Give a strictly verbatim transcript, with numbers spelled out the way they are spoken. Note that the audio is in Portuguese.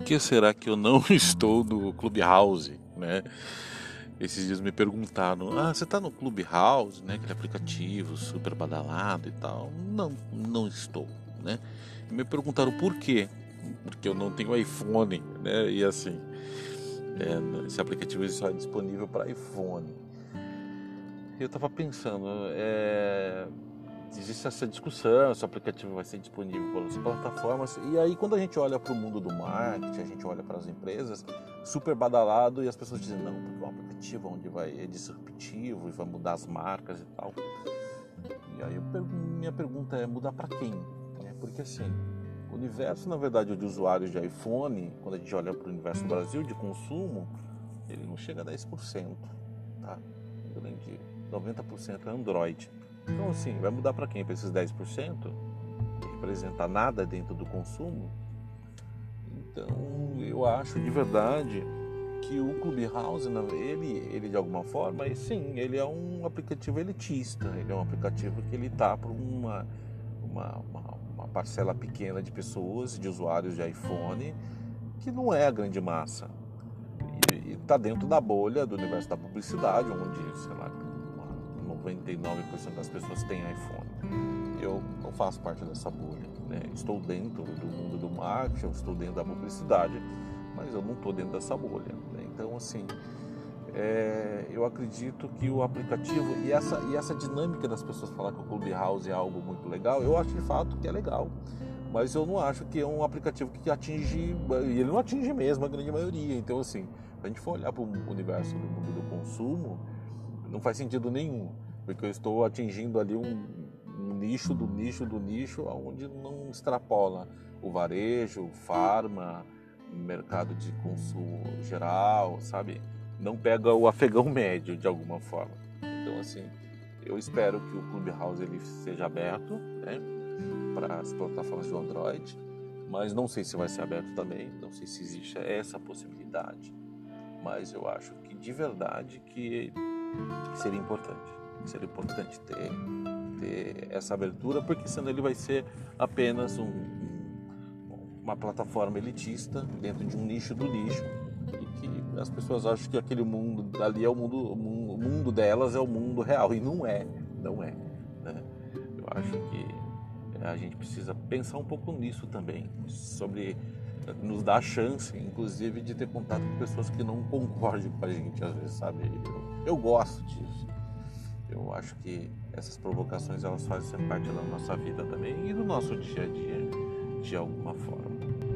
que será que eu não estou no Clubhouse, né? Esses dias me perguntaram, ah, você tá no Clubhouse, né? Aquele aplicativo super badalado e tal. Não, não estou, né? E me perguntaram por quê? Porque eu não tenho iPhone, né? E assim, é, esse aplicativo só é disponível para iPhone. Eu tava pensando, é... existe essa discussão se o aplicativo vai ser disponível pelas plataformas, e aí quando a gente olha para o mundo do marketing, a gente olha para as empresas, super badalado, e as pessoas dizem, não, porque é um aplicativo onde vai, é disruptivo e vai mudar as marcas e tal. E aí eu, minha pergunta é, mudar para quem? É, porque assim, o universo, na verdade, de usuários de iPhone, quando a gente olha para o universo do Brasil de consumo, ele não chega a dez por cento, tá? Grande noventa por cento é Android. Então, assim, vai mudar para quem? Para esses dez por cento? Que representa nada dentro do consumo? Então, eu acho de verdade que o Clubhouse, ele, ele de alguma forma, sim, ele é um aplicativo elitista. Ele é um aplicativo que ele está para uma, uma, uma, uma parcela pequena de pessoas, de usuários de iPhone, que não é a grande massa. E está dentro da bolha do universo da publicidade, onde, sei lá, noventa e nove por cento das pessoas têm iPhone. Eu não faço parte dessa bolha, né? Estou dentro do mundo do marketing, eu estou dentro da publicidade, mas eu não estou dentro dessa bolha, né? Então, assim, é, eu acredito que o aplicativo e essa, e essa dinâmica das pessoas falar que o Clubhouse é algo muito legal, eu acho de fato que é legal, mas eu não acho que é um aplicativo que atinge, e ele não atinge mesmo a grande maioria. Então, assim, se a gente for olhar para o universo do mundo do consumo, não faz sentido nenhum, porque eu estou atingindo ali um, um nicho do nicho do nicho, onde não extrapola o varejo, o farma, o mercado de consumo geral, sabe? Não pega o afegão médio de alguma forma. Então, assim, eu espero que o Clubhouse ele seja aberto, né, para as plataformas do Android, mas não sei se vai ser aberto também, não sei se existe essa possibilidade, mas eu acho que de verdade que seria importante, seria importante ter, ter essa abertura, porque senão ele vai ser apenas um, uma plataforma elitista dentro de um nicho do nicho, e que as pessoas acham que aquele mundo ali é o mundo, o mundo delas é o mundo real, e não é, não é, né? Eu acho que a gente precisa pensar um pouco nisso também, sobre nos dar a chance, inclusive, de ter contato com pessoas que não concordem com a gente, às vezes, sabe? Eu, eu gosto disso. Eu acho que essas provocações, elas fazem parte da nossa vida também e do nosso dia a dia, de alguma forma.